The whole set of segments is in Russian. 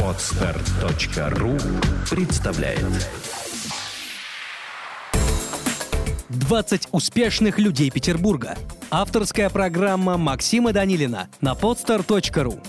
Podster.ru представляет 20 успешных людей Петербурга. Авторская программа Максима Данилина на Podster.ru.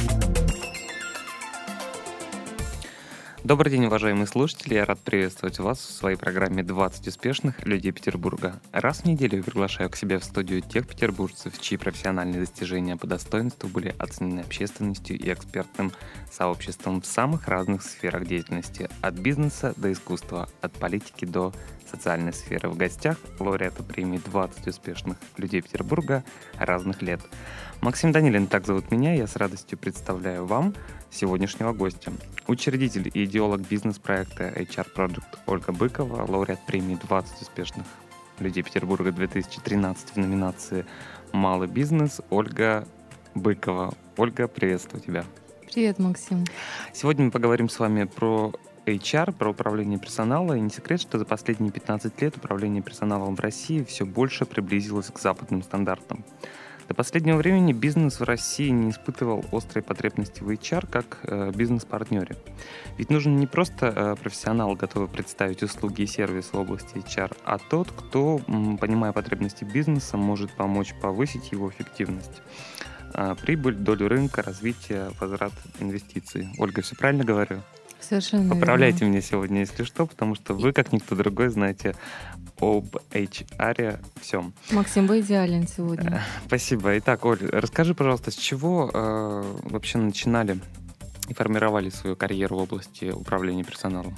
Добрый день, уважаемые слушатели. Я рад приветствовать вас в своей программе «20 успешных людей Петербурга». Раз в неделю я приглашаю к себе в студию тех петербуржцев, чьи профессиональные достижения по достоинству были оценены общественностью и экспертным сообществом в самых разных сферах деятельности, от бизнеса до искусства, от политики до социальной сферы. В гостях лауреаты премии «20 успешных людей Петербурга» разных лет. Максим Данилин, так зовут меня, я с радостью представляю вам сегодняшнего гостя. Учредитель и идеолог бизнес-проекта HR Project Ольга Быкова, лауреат премии «20 успешных людей Петербурга» 2013 в номинации «Малый бизнес» Ольга Быкова. Ольга, приветствую тебя. Привет, Максим. Сегодня мы поговорим с вами про HR, про управление персоналом. И не секрет, что за последние 15 лет управление персоналом в России все больше приблизилось к западным стандартам. До последнего времени бизнес в России не испытывал острой потребности в HR как бизнес-партнере. Ведь нужен не просто профессионал, готовый представить услуги и сервис в области HR, а тот, кто, понимая потребности бизнеса, может помочь повысить его эффективность. Прибыль, долю рынка, развитие, возврат инвестиций. Ольга, все правильно говорю? Совершенно Поправляйте верно. меня сегодня, если что, потому что вы, как никто другой, знаете об HR всем. Максим, вы идеален сегодня. Спасибо. Итак, Оль, расскажи, пожалуйста, с чего вообще начинали и формировали свою карьеру в области управления персоналом?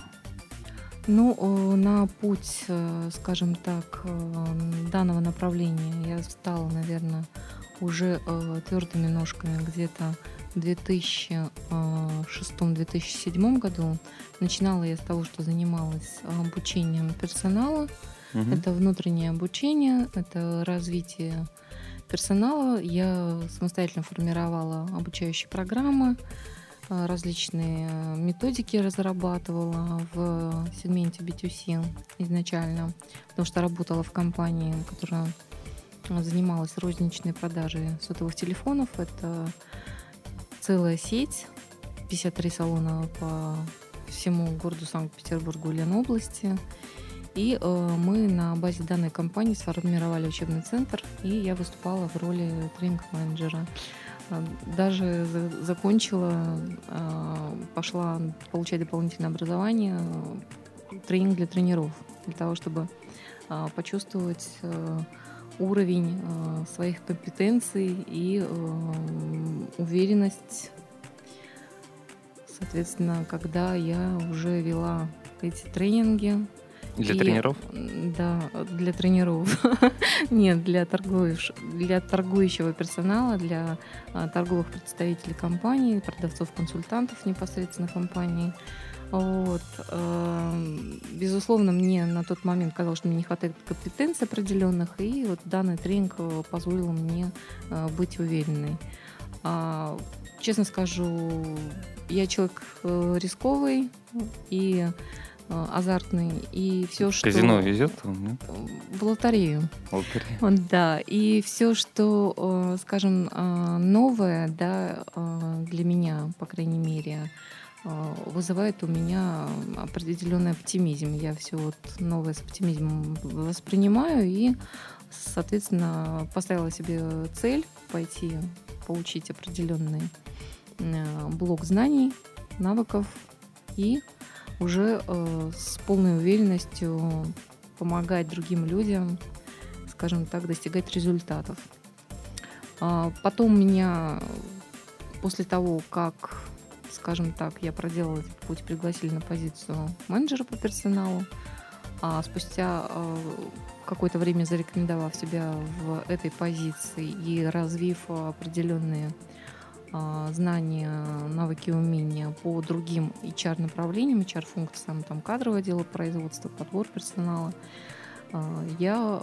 На путь, скажем так, данного направления я встала, наверное, уже твердыми ножками где-то в 2006-2007 году. Начинала я с того, что занималась обучением персонала. Это внутреннее обучение, это развитие персонала. Я самостоятельно формировала обучающие программы, различные методики разрабатывала в сегменте B2C изначально, потому что работала в компании, которая занималась розничной продажей сотовых телефонов. Это целая сеть, 53 салона по всему городу Санкт-Петербургу и Ленобласти. И мы на базе данной компании сформировали учебный центр, и я выступала в роли тренинг-менеджера. Даже закончила, пошла получать дополнительное образование, тренинг для тренеров, для того, чтобы почувствовать уровень своих компетенций и уверенность. Соответственно, когда я уже вела эти тренинги. Для тренеров? Да, для тренеров. Нет, для торгующего персонала, для торговых представителей компании, продавцов-консультантов непосредственно компании. Вот. Безусловно, мне на тот момент казалось, что мне не хватает компетенций определенных, и вот данный тренинг позволил мне быть уверенной. Честно скажу, я человек рисковый и азартный, и все, что... Казино везет? Нет? В лотерею. Да, и все, что, скажем, новое, да, для меня, по крайней мере, вызывает у меня определенный оптимизм. Я все вот новое с оптимизмом воспринимаю и, соответственно, поставила себе цель пойти получить определенный блок знаний, навыков и уже с полной уверенностью помогать другим людям, скажем так, достигать результатов. Потом меня, после того, как, скажем так, я проделала этот путь, пригласили на позицию менеджера по персоналу, а спустя какое-то время зарекомендовав себя в этой позиции и развив определенные знания, навыки, умения по другим HR-направлениям, HR-функциям, там, кадровое дело производства, подбор персонала, я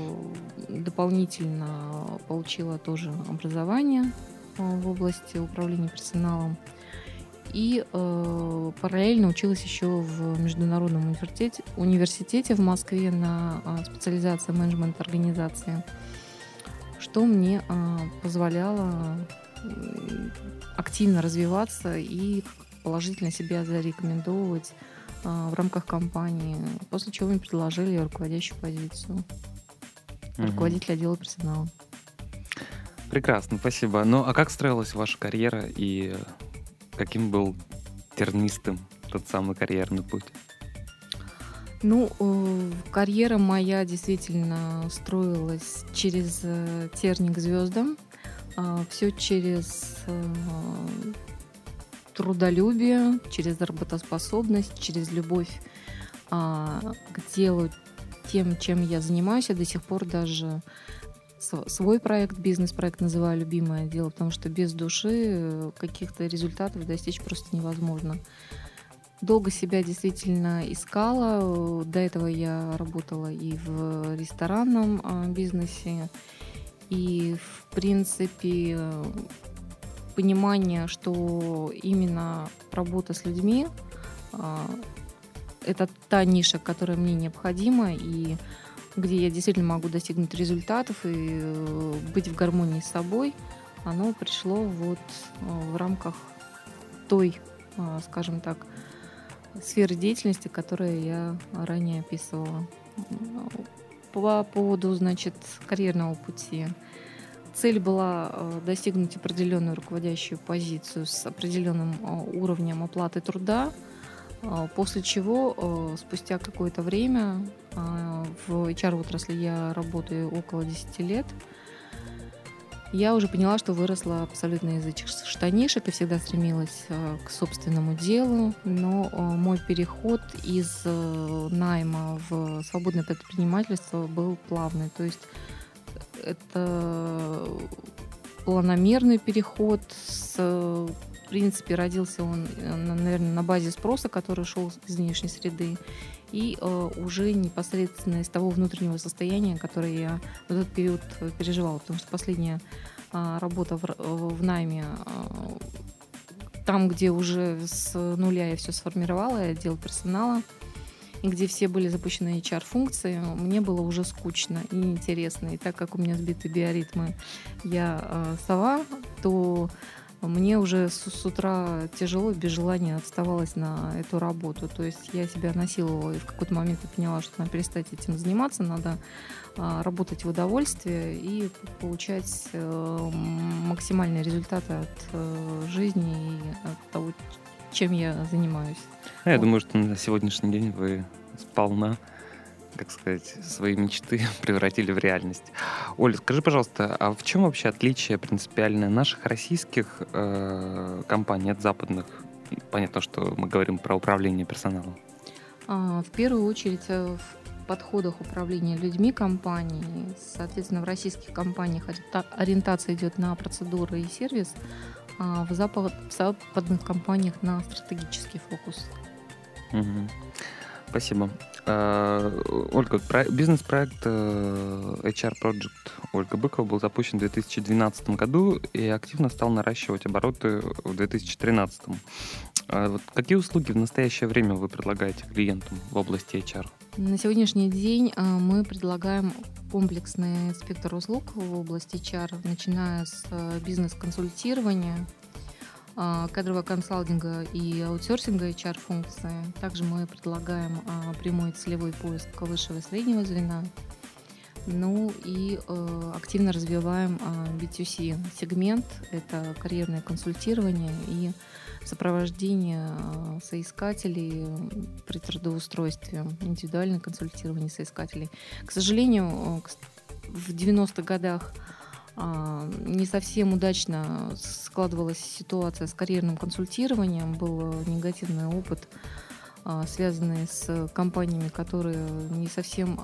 дополнительно получила тоже образование в области управления персоналом и параллельно училась еще в Международном университете в Москве на специализации менеджмент организации, что мне позволяло активно развиваться и положительно себя зарекомендовать в рамках компании, после чего мне предложили руководящую позицию. Руководитель отдела персонала. Прекрасно, спасибо. Ну, а как строилась ваша карьера и каким был тернистым тот самый карьерный путь? Ну, карьера моя действительно строилась через терник к звездам. Все через трудолюбие, через работоспособность, через любовь к делу, тем, чем я занимаюсь. Я до сих пор даже свой проект, бизнес-проект называю любимое дело, потому что без души каких-то результатов достичь просто невозможно. Долго себя действительно искала. До этого я работала и в ресторанном бизнесе. И, в принципе, понимание, что именно работа с людьми это та ниша, которая мне необходима, и где я действительно могу достигнуть результатов и быть в гармонии с собой, оно пришло вот в рамках той, скажем так, сферы деятельности, которую я ранее описывала. По поводу, значит, карьерного пути. Цель была достигнуть определенную руководящую позицию с определенным уровнем оплаты труда, после чего спустя какое-то время в HR-отрасли я работаю около 10 лет. Я уже поняла, что выросла абсолютно из этих штанишек и всегда стремилась к собственному делу, но мой переход из найма в свободное предпринимательство был плавный. То есть это планомерный переход. В принципе, родился он, наверное, на базе спроса, который шел из внешней среды, и уже непосредственно из того внутреннего состояния, которое я в этот период переживала. Потому что последняя работа в найме, там, где уже с нуля я все сформировала, я отдел персонала, и где все были запущены HR-функции, мне было уже скучно и неинтересно. И так как у меня сбиты биоритмы, я сова, то мне уже с утра тяжело, без желания отставалась на эту работу. То есть я себя насиловала, и в какой-то момент я поняла, что надо перестать этим заниматься, надо работать в удовольствие и получать максимальные результаты от жизни и от того, чем я занимаюсь. Я думаю, что на сегодняшний день вы сполна, как сказать, свои мечты превратили в реальность. Оля, скажи, пожалуйста, а в чем вообще отличие принципиальное наших российских компаний от западных? Понятно, что мы говорим про управление персоналом. В первую очередь в подходах управления людьми компаний. Соответственно, в российских компаниях ориентация идет на процедуры и сервис, а в западных компаниях на стратегический фокус. Угу. Спасибо. Ольга, бизнес-проект HR Project Ольга Быкова был запущен в 2012 году и активно стал наращивать обороты в 2013. Какие услуги в настоящее время вы предлагаете клиентам в области HR? На сегодняшний день мы предлагаем комплексный спектр услуг в области HR, начиная с бизнес-консультирования, кадрового консалтинга и аутсорсинга HR-функции. Также мы предлагаем прямой целевой поиск высшего и среднего звена. Ну и активно развиваем B2C-сегмент. Это карьерное консультирование и сопровождение соискателей при трудоустройстве, индивидуальное консультирование соискателей. К сожалению, в 90-х годах не совсем удачно складывалась ситуация с карьерным консультированием. Был негативный опыт, связанный с компаниями, которые не совсем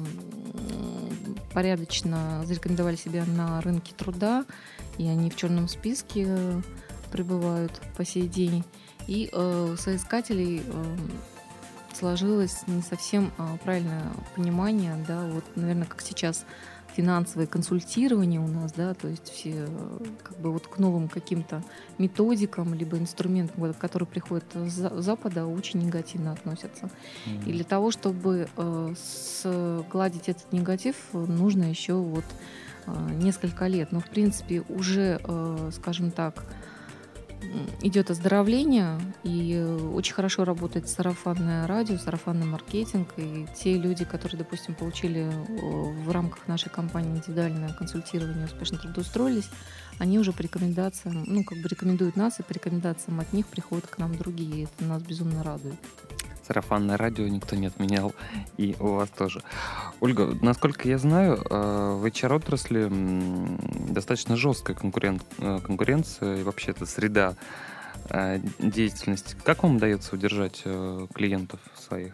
порядочно зарекомендовали себя на рынке труда, и они в черном списке пребывают по сей день. И у соискателей сложилось не совсем правильное понимание, да, вот, наверное, как сейчас финансовое консультирование у нас, да, то есть все как бы вот к новым каким-то методикам либо инструментам, которые приходят с Запада, очень негативно относятся. И для того, чтобы сгладить этот негатив, нужно еще вот несколько лет. Но, в принципе, уже, скажем так, идет оздоровление, и очень хорошо работает сарафанное радио, сарафанный маркетинг. И те люди, которые, допустим, получили в рамках нашей компании индивидуальное консультирование, успешно трудоустроились, они уже по рекомендациям, рекомендуют нас, и по рекомендациям от них приходят к нам другие. Это нас безумно радует. Сарафанное радио никто не отменял, и у вас тоже. Ольга, насколько я знаю, в HR-отрасли достаточно жесткая конкуренция и вообще это среда деятельности. Как вам удается удержать клиентов своих?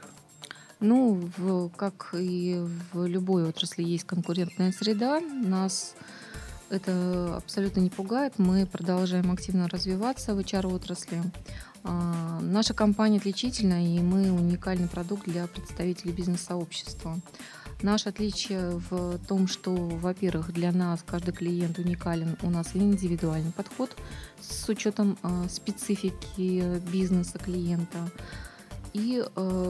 Как и в любой отрасли есть конкурентная среда. Нас это абсолютно не пугает. Мы продолжаем активно развиваться в HR-отрасли. Наша компания отличительна, и мы уникальный продукт для представителей бизнес-сообщества. Наше отличие в том, что, во-первых, для нас каждый клиент уникален, у нас индивидуальный подход с учетом специфики бизнеса клиента. И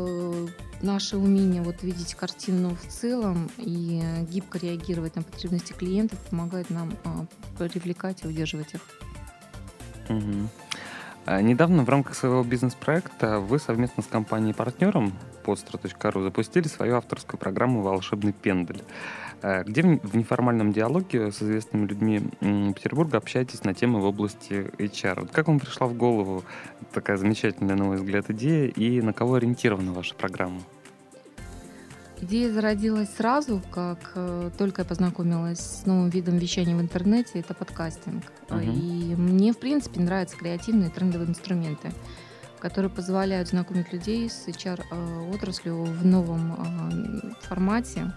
наше умение видеть картину в целом и гибко реагировать на потребности клиентов помогает нам привлекать и удерживать их. Угу. Недавно в рамках своего бизнес-проекта вы совместно с компанией-партнером Podster.ru запустили свою авторскую программу «Волшебный пендель», где в неформальном диалоге с известными людьми Петербурга общаетесь на темы в области HR. Как вам пришла в голову такая замечательная, на мой взгляд, идея, и на кого ориентирована ваша программа? Идея зародилась сразу, как только я познакомилась с новым видом вещания в интернете, это подкастинг. И мне, в принципе, нравятся креативные трендовые инструменты, которые позволяют знакомить людей с HR-отраслью в новом формате.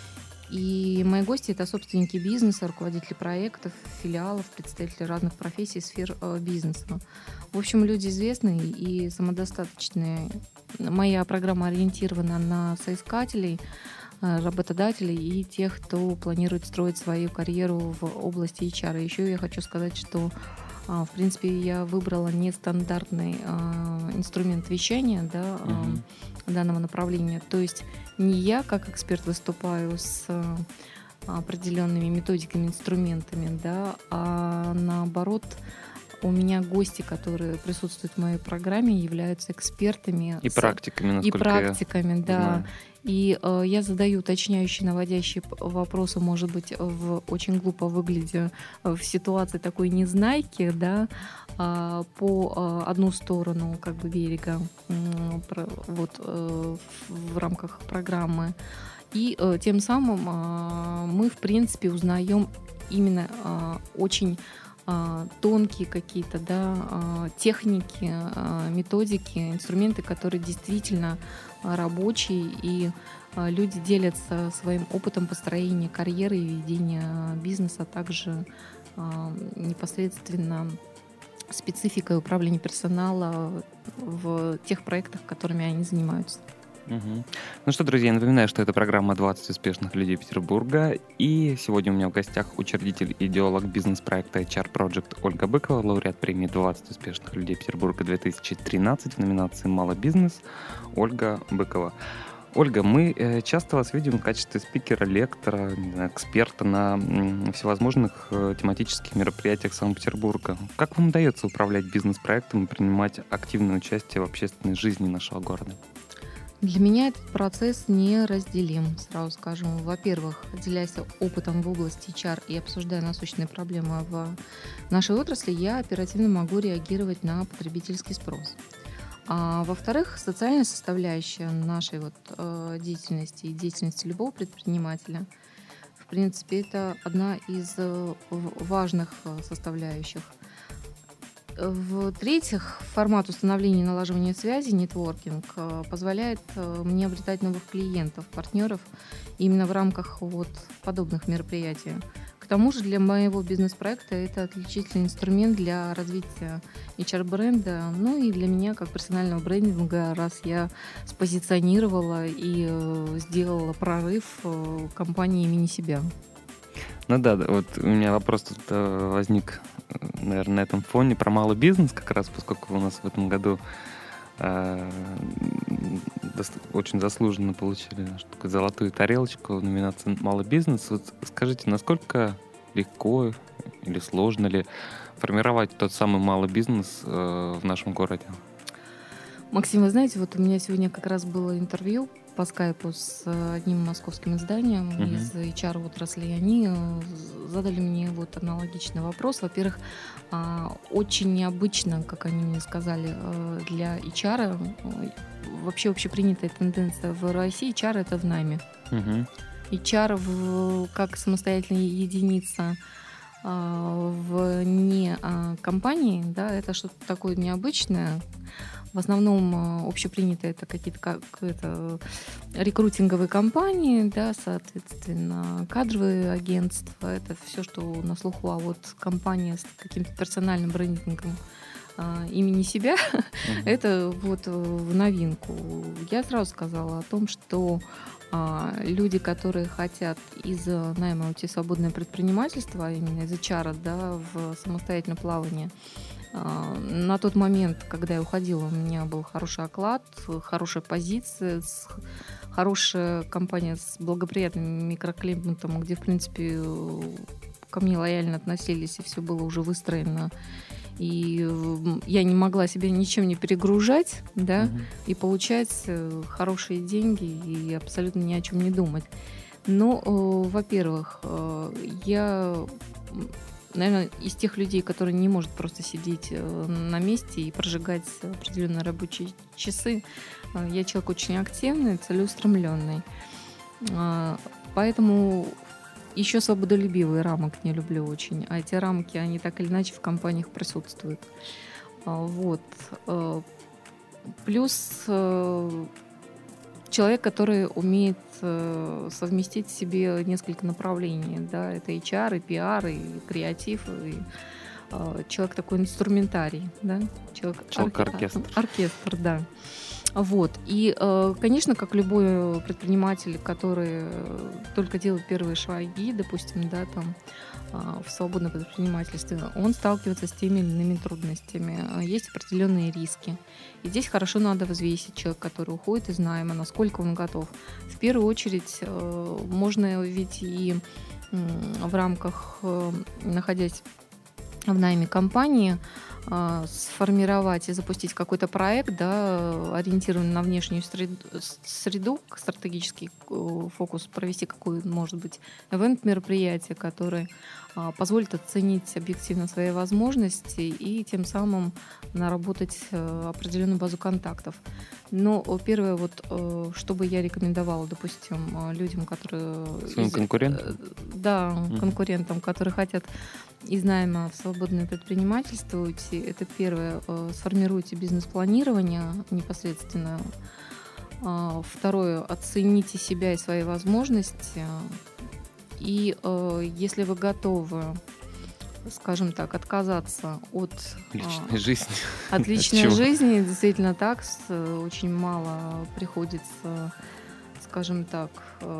И мои гости — это собственники бизнеса, руководители проектов, филиалов, представители разных профессий, сфер бизнеса. В общем, люди известные и самодостаточные. Моя программа ориентирована на соискателей, работодателей и тех, кто планирует строить свою карьеру в области HR. И еще я хочу сказать, что в принципе я выбрала нестандартный инструмент вещания данного направления. То есть не я как эксперт выступаю с определенными методиками, инструментами, а наоборот, у меня гости, которые присутствуют в моей программе, являются экспертами и практиками, насколько я знаю. И я задаю уточняющие, наводящие вопросы, может быть, очень глупо выглядя в ситуации такой незнайки, по одну сторону берега в рамках программы. И тем самым мы, в принципе, узнаем именно очень тонкие какие-то техники, методики, инструменты, которые действительно рабочие, и люди делятся своим опытом построения карьеры и ведения бизнеса, а также непосредственно спецификой управления персонала в тех проектах, которыми они занимаются. Угу. Ну что, друзья, я напоминаю, что это программа «20 успешных людей Петербурга». И сегодня у меня в гостях учредитель и идеолог бизнес-проекта HR Project Ольга Быкова, лауреат премии «20 успешных людей Петербурга 2013» в номинации «Мало бизнес» Ольга Быкова. Ольга, мы часто вас видим в качестве спикера, лектора, эксперта на всевозможных тематических мероприятиях Санкт-Петербурга. Как вам удается управлять бизнес-проектом и принимать активное участие в общественной жизни нашего города? Для меня этот процесс неразделим, сразу скажем. Во-первых, делясь опытом в области HR и обсуждая насущные проблемы в нашей отрасли, я оперативно могу реагировать на потребительский спрос. А во-вторых, социальная составляющая нашей деятельности и деятельности любого предпринимателя, в принципе, это одна из важных составляющих. В-третьих, формат установления и налаживания связей, нетворкинг, позволяет мне обретать новых клиентов, партнеров именно в рамках подобных мероприятий. К тому же для моего бизнес-проекта это отличительный инструмент для развития HR-бренда, и для меня как персонального брендинга, раз я спозиционировала и сделала прорыв компании имени себя. У меня вопрос тут возник, наверное, на этом фоне про малый бизнес, как раз поскольку у нас в этом году очень заслуженно получили золотую тарелочку в номинации «Малый бизнес». Скажите, насколько легко или сложно ли формировать тот самый малый бизнес в нашем городе? Максим, вы знаете, вот у меня сегодня как раз было интервью по скайпу с одним московским изданием из HR-отрасли. Они задали мне вот аналогичный вопрос. Во-первых, очень необычно, как они мне сказали, для HR. Вообще общепринятая тенденция в России HR — это в найме. HR как самостоятельная единица вне компании, да, это что-то такое необычное. В основном общепринято это какие-то рекрутинговые компании, да, соответственно, кадровые агентства. Это все, что на слуху. А вот компания с каким-то персональным брендингом имени себя, это вот в новинку. Я сразу сказала о том, что люди, которые хотят из найма уйти в свободное предпринимательство, а именно из HR, да, в самостоятельное плавание, на тот момент, когда я уходила, у меня был хороший оклад, хорошая позиция, хорошая компания с благоприятным микроклиматом, где, в принципе, ко мне лояльно относились, и все было уже выстроено. И я не могла себя ничем не перегружать, да, и получать хорошие деньги и абсолютно ни о чем не думать. Но, во-первых, я, наверное, из тех людей, которые не может просто сидеть на месте и прожигать определенные рабочие часы. Я человек очень активный, целеустремленный. Поэтому еще свободолюбивый, рамок не люблю очень. А эти рамки, они так или иначе в компаниях присутствуют. Вот. Плюс человек, который умеет совместить в себе несколько направлений. Да? Это HR, и PR, и креатив, и человек такой инструментарий. Да? Человек-оркестр. Оркестр, да. Вот. И, конечно, как любой предприниматель, который только делает первые шаги, допустим, да, там, в свободном предпринимательстве, он сталкивается с теми или иными трудностями. Есть определенные риски. И здесь хорошо надо взвесить человека, который уходит из найма, насколько он готов. В первую очередь, можно ведь и в рамках, находясь в найме компании, сформировать и запустить какой-то проект, да, ориентированный на внешнюю среду, стратегический фокус, провести какое, может быть, ивент-мероприятие, которое позволит оценить объективно свои возможности и тем самым наработать определенную базу контактов. Но первое, вот, что бы я рекомендовала, допустим, людям, которые... Своим конкурентам? Да, конкурентам, которые хотят из найма в свободное предпринимательство уйти. Это первое, сформируйте бизнес-планирование непосредственно. Второе, оцените себя и свои возможности. И если вы готовы, скажем так, отказаться от личной жизни. От личной жизни, действительно так, очень мало приходится, скажем так,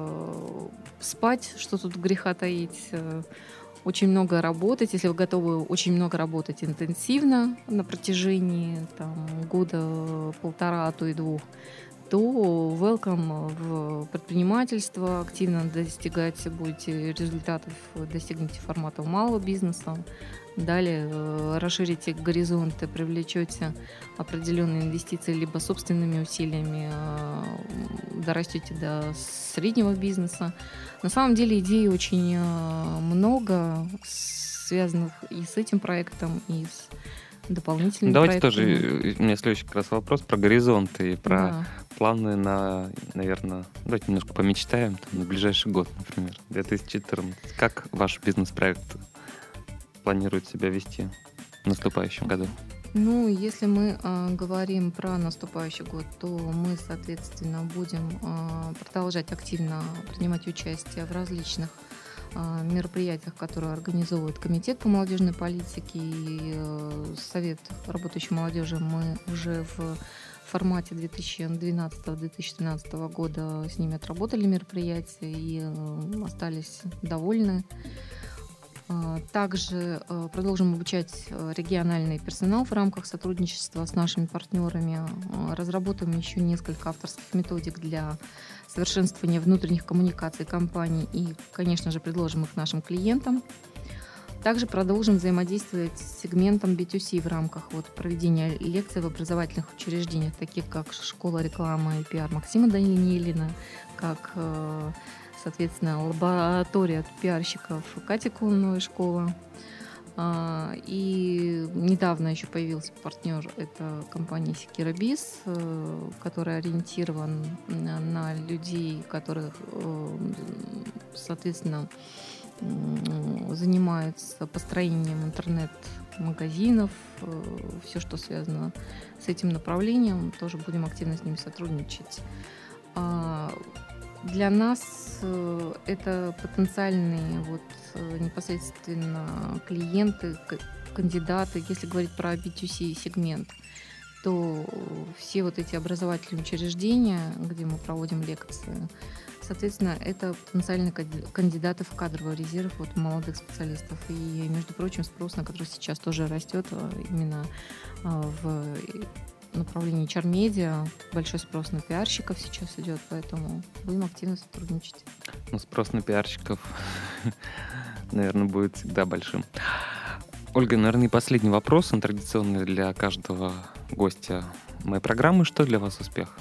спать, что тут греха таить, очень много работать. Если вы готовы очень много работать интенсивно на протяжении года, полтора, а то и двух, то welcome в предпринимательство, активно достигать будете результатов, достигнете формата малого бизнеса. Далее расширите горизонты, привлечете определенные инвестиции либо собственными усилиями, дорастете до среднего бизнеса. На самом деле идей очень много, связанных и с этим проектом, и с дополнительными проектами. Давайте тоже, у меня следующий как раз вопрос про горизонты и про планы на, наверное, давайте немножко помечтаем, на ближайший год, например, 2014. Как ваш бизнес-проект планирует себя вести в наступающем году? Ну, если мы говорим про наступающий год, то мы, соответственно, будем продолжать активно принимать участие в различных мероприятиях, которые организовывает Комитет по молодежной политике и Совет работающей молодежи. Мы уже в формате 2012-2013 года с ними отработали мероприятия и остались довольны. Также продолжим обучать региональный персонал в рамках сотрудничества с нашими партнерами. Разработаем еще несколько авторских методик для совершенствования внутренних коммуникаций компаний и, конечно же, предложим их нашим клиентам. Также продолжим взаимодействовать с сегментом B2C в рамках проведения лекций в образовательных учреждениях, таких как Школа рекламы и пиар Максима Данилина, как, соответственно, лаборатория пиарщиков Кати Кунной школа. И недавно еще появился партнер, это компания Секира Biz, которая ориентирована на людей, которых, соответственно, занимаются построением интернет-магазинов, все, что связано с этим направлением, тоже будем активно с ними сотрудничать. Для нас это потенциальные непосредственно клиенты, кандидаты. Если говорить про B2C сегмент, то все эти образовательные учреждения, где мы проводим лекции, соответственно, это потенциальные кандидаты в кадровый резерв молодых специалистов. И, между прочим, спрос, на который сейчас тоже растет именно в направлении HR-медиа, большой спрос на пиарщиков сейчас идет, поэтому будем активно сотрудничать. Спрос на пиарщиков, наверное, будет всегда большим. Ольга, наверное, и последний вопрос, он традиционный для каждого гостя моей программы. Что для вас успех?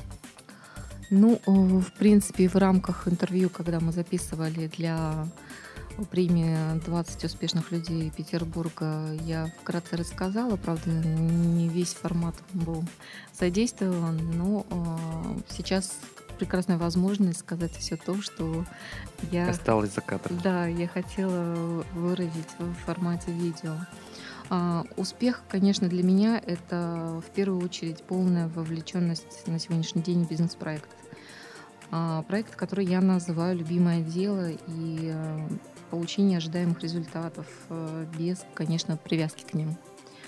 В принципе, в рамках интервью, когда мы записывали для премии 20 успешных людей Петербурга, я вкратце рассказала, правда, не весь формат был задействован, но сейчас прекрасная возможность сказать все то, что я... Осталось за кадром. Да, я хотела выразить в формате видео. Успех, конечно, для меня это в первую очередь полная вовлеченность на сегодняшний день в бизнес-проект. Проект, который я называю «Любимое дело» и получение ожидаемых результатов без, конечно, привязки к ним.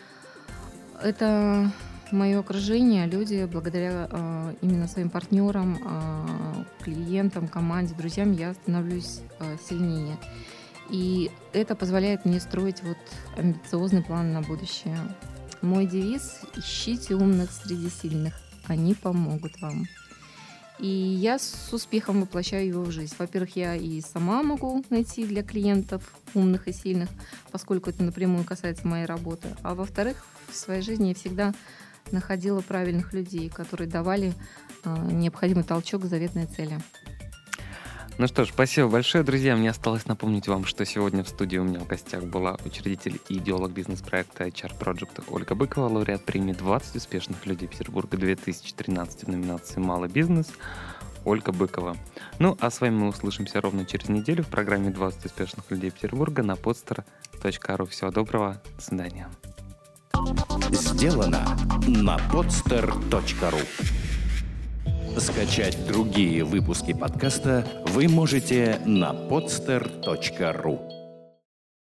Это мое окружение, люди, благодаря именно своим партнерам, клиентам, команде, друзьям, я становлюсь сильнее. И это позволяет мне строить амбициозный план на будущее. Мой девиз – ищите умных среди сильных, они помогут вам. И я с успехом воплощаю его в жизнь. Во-первых, я и сама могу найти для клиентов умных и сильных, поскольку это напрямую касается моей работы. А во-вторых, в своей жизни я всегда находила правильных людей, которые давали необходимый толчок к заветной цели. Ну что ж, спасибо большое, друзья. Мне осталось напомнить вам, что сегодня в студии у меня в гостях была учредитель и идеолог бизнес-проекта HR Project Ольга Быкова, лауреат премии 20 успешных людей Петербурга 2013 в номинации «Малый бизнес» Ольга Быкова. А с вами мы услышимся ровно через неделю в программе «20 успешных людей Петербурга» на podster.ru. Всего доброго, до свидания. Сделано на podster.ru. Скачать другие выпуски подкаста вы можете на podster.ru.